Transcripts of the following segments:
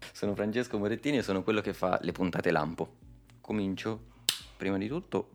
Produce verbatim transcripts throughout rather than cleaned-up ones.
Sono Francesco Morettini e sono quello che fa le puntate lampo. Comincio prima di tutto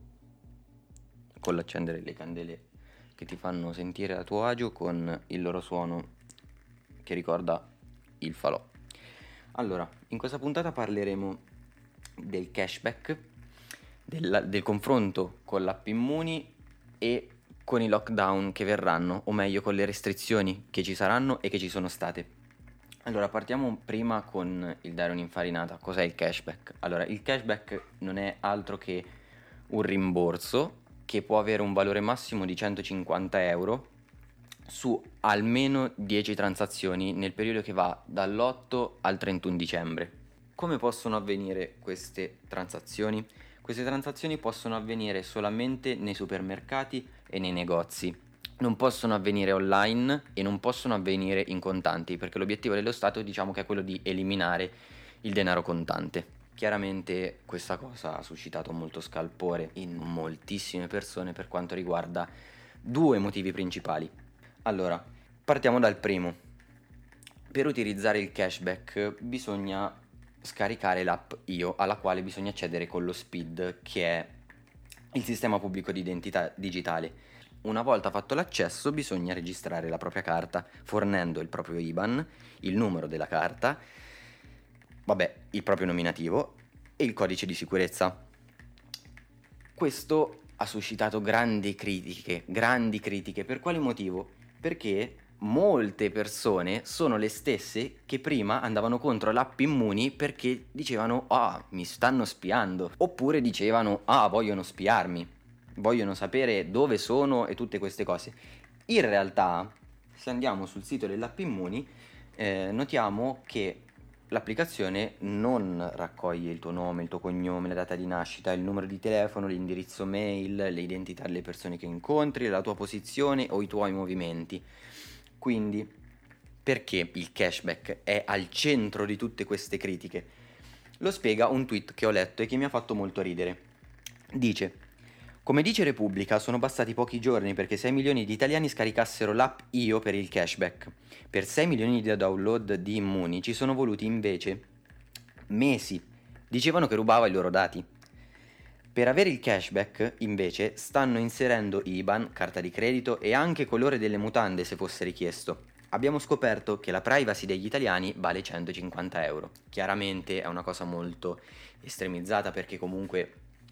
con l'accendere le candele che ti fanno sentire a tuo agio con il loro suono che ricorda il falò. Allora, in questa puntata parleremo del cashback, del, del confronto con l'app Immuni e con i lockdown che verranno, o meglio con le restrizioni che ci saranno e che ci sono state. Allora, partiamo prima con il dare un'infarinata. Cos'è il cashback? Allora, il cashback non è altro che un rimborso che può avere un valore massimo di centocinquanta euro su almeno dieci transazioni nel periodo che va dall'otto al trentuno dicembre. Come possono avvenire queste transazioni? Queste transazioni possono avvenire solamente nei supermercati e nei negozi. Non possono avvenire online e non possono avvenire in contanti, perché l'obiettivo dello Stato, diciamo, che è quello di eliminare il denaro contante. Chiaramente questa cosa ha suscitato molto scalpore in moltissime persone per quanto riguarda due motivi principali. Allora, partiamo dal primo. Per utilizzare il cashback bisogna scaricare l'app Io, alla quale bisogna accedere con lo SPID, che è il sistema pubblico di identità digitale. Una volta fatto l'accesso bisogna registrare la propria carta fornendo il proprio I B A N, il numero della carta, vabbè, il proprio nominativo e il codice di sicurezza. Questo ha suscitato grandi critiche, grandi critiche. Per quale motivo? Perché molte persone sono le stesse che prima andavano contro l'app Immuni perché dicevano ah, mi stanno spiando, oppure dicevano ah, vogliono spiarmi, vogliono sapere dove sono e tutte queste cose. In realtà, se andiamo sul sito dell'app Immuni, eh, notiamo che l'applicazione non raccoglie il tuo nome, il tuo cognome, la data di nascita, il numero di telefono, l'indirizzo mail, le identità delle persone che incontri, la tua posizione o i tuoi movimenti. Quindi, perché il cashback è al centro di tutte queste critiche? Lo spiega un tweet che ho letto e che mi ha fatto molto ridere. Dice: come dice Repubblica, sono bastati pochi giorni perché sei milioni di italiani scaricassero l'app Io per il cashback. Per sei milioni di download di Immuni ci sono voluti invece mesi. Dicevano che rubava i loro dati. Per avere il cashback, invece, stanno inserendo I B A N, carta di credito e anche colore delle mutande se fosse richiesto. Abbiamo scoperto che la privacy degli italiani vale centocinquanta euro. Chiaramente è una cosa molto estremizzata perché comunque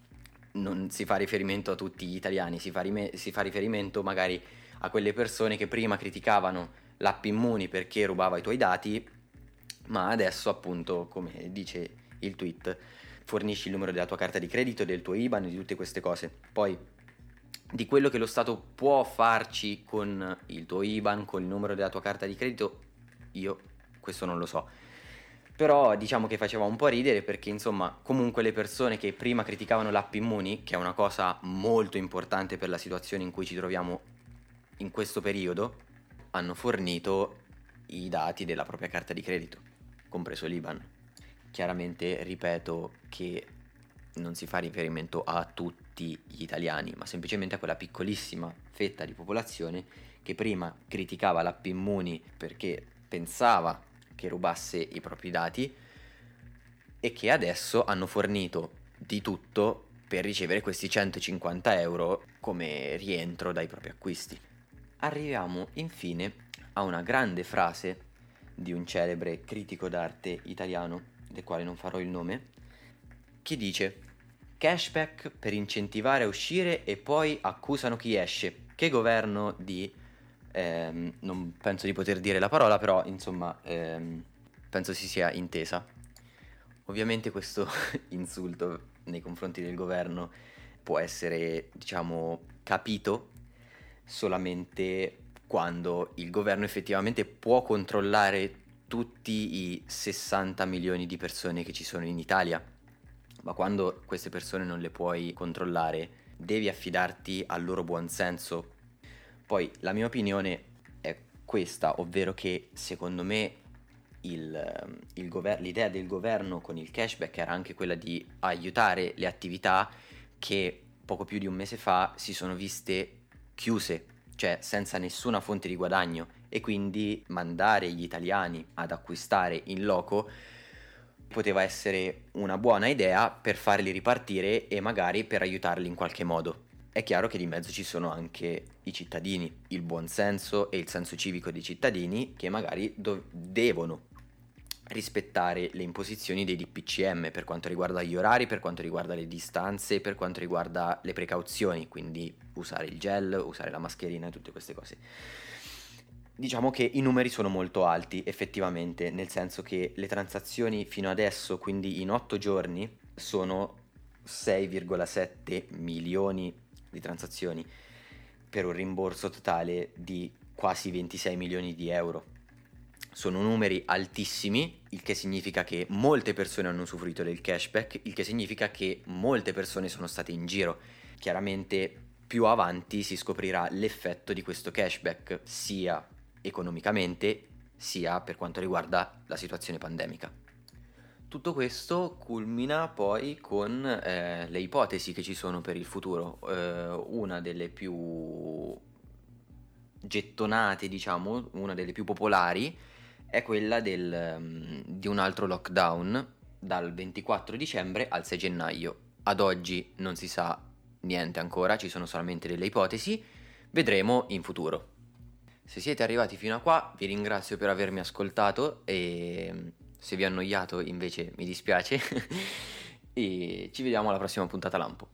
non si fa riferimento a tutti gli italiani, si fa, rime- si fa riferimento magari a quelle persone che prima criticavano l'app Immuni perché rubava i tuoi dati, ma adesso appunto, come dice il tweet, fornisci il numero della tua carta di credito, del tuo I B A N, di tutte queste cose. Poi, di quello che lo Stato può farci con il tuo I B A N, con il numero della tua carta di credito, io questo non lo so. Però diciamo che faceva un po' ridere perché insomma comunque le persone che prima criticavano l'app Immuni, che è una cosa molto importante per la situazione in cui ci troviamo in questo periodo, hanno fornito i dati della propria carta di credito, compreso l'I B A N. Chiaramente ripeto che non si fa riferimento a tutti gli italiani, ma semplicemente a quella piccolissima fetta di popolazione che prima criticava l'app Immuni perché pensava che rubasse i propri dati e che adesso hanno fornito di tutto per ricevere questi centocinquanta euro come rientro dai propri acquisti. Arriviamo infine a una grande frase di un celebre critico d'arte italiano, del quale non farò il nome, che dice: cashback per incentivare a uscire e poi accusano chi esce. Che governo di... Ehm, non penso di poter dire la parola, però insomma ehm, penso si sia intesa. Ovviamente questo insulto nei confronti del governo può essere, diciamo, capito solamente quando il governo effettivamente può controllare tutti i sessanta milioni di persone che ci sono in Italia, ma quando queste persone non le puoi controllare devi affidarti al loro buon senso. Poi la mia opinione è questa, ovvero che secondo me il, il gover- l'idea del governo con il cashback era anche quella di aiutare le attività che poco più di un mese fa si sono viste chiuse, cioè senza nessuna fonte di guadagno, e quindi mandare gli italiani ad acquistare in loco poteva essere una buona idea per farli ripartire e magari per aiutarli in qualche modo. È chiaro che di mezzo ci sono anche i cittadini, il buon senso e il senso civico dei cittadini che magari do- devono rispettare le imposizioni dei D P C M per quanto riguarda gli orari, per quanto riguarda le distanze, per quanto riguarda le precauzioni, quindi usare il gel, usare la mascherina e tutte queste cose. Diciamo che i numeri sono molto alti effettivamente, nel senso che le transazioni fino adesso, quindi in otto giorni, sono sei virgola sette milioni di transazioni per un rimborso totale di quasi ventisei milioni di euro. Sono numeri altissimi, il che significa che molte persone hanno usufruito del cashback, il che significa che molte persone sono state in giro. Chiaramente più avanti si scoprirà l'effetto di questo cashback, sia economicamente, sia per quanto riguarda la situazione pandemica. Tutto questo culmina poi con eh, le ipotesi che ci sono per il futuro. Eh, una delle più gettonate, diciamo, una delle più popolari, è quella del, um, di un altro lockdown dal ventiquattro dicembre al sei gennaio. Ad oggi non si sa niente ancora, ci sono solamente delle ipotesi, vedremo in futuro. Se siete arrivati fino a qua vi ringrazio per avermi ascoltato e se vi ho annoiato invece mi dispiace e ci vediamo alla prossima puntata Lampo.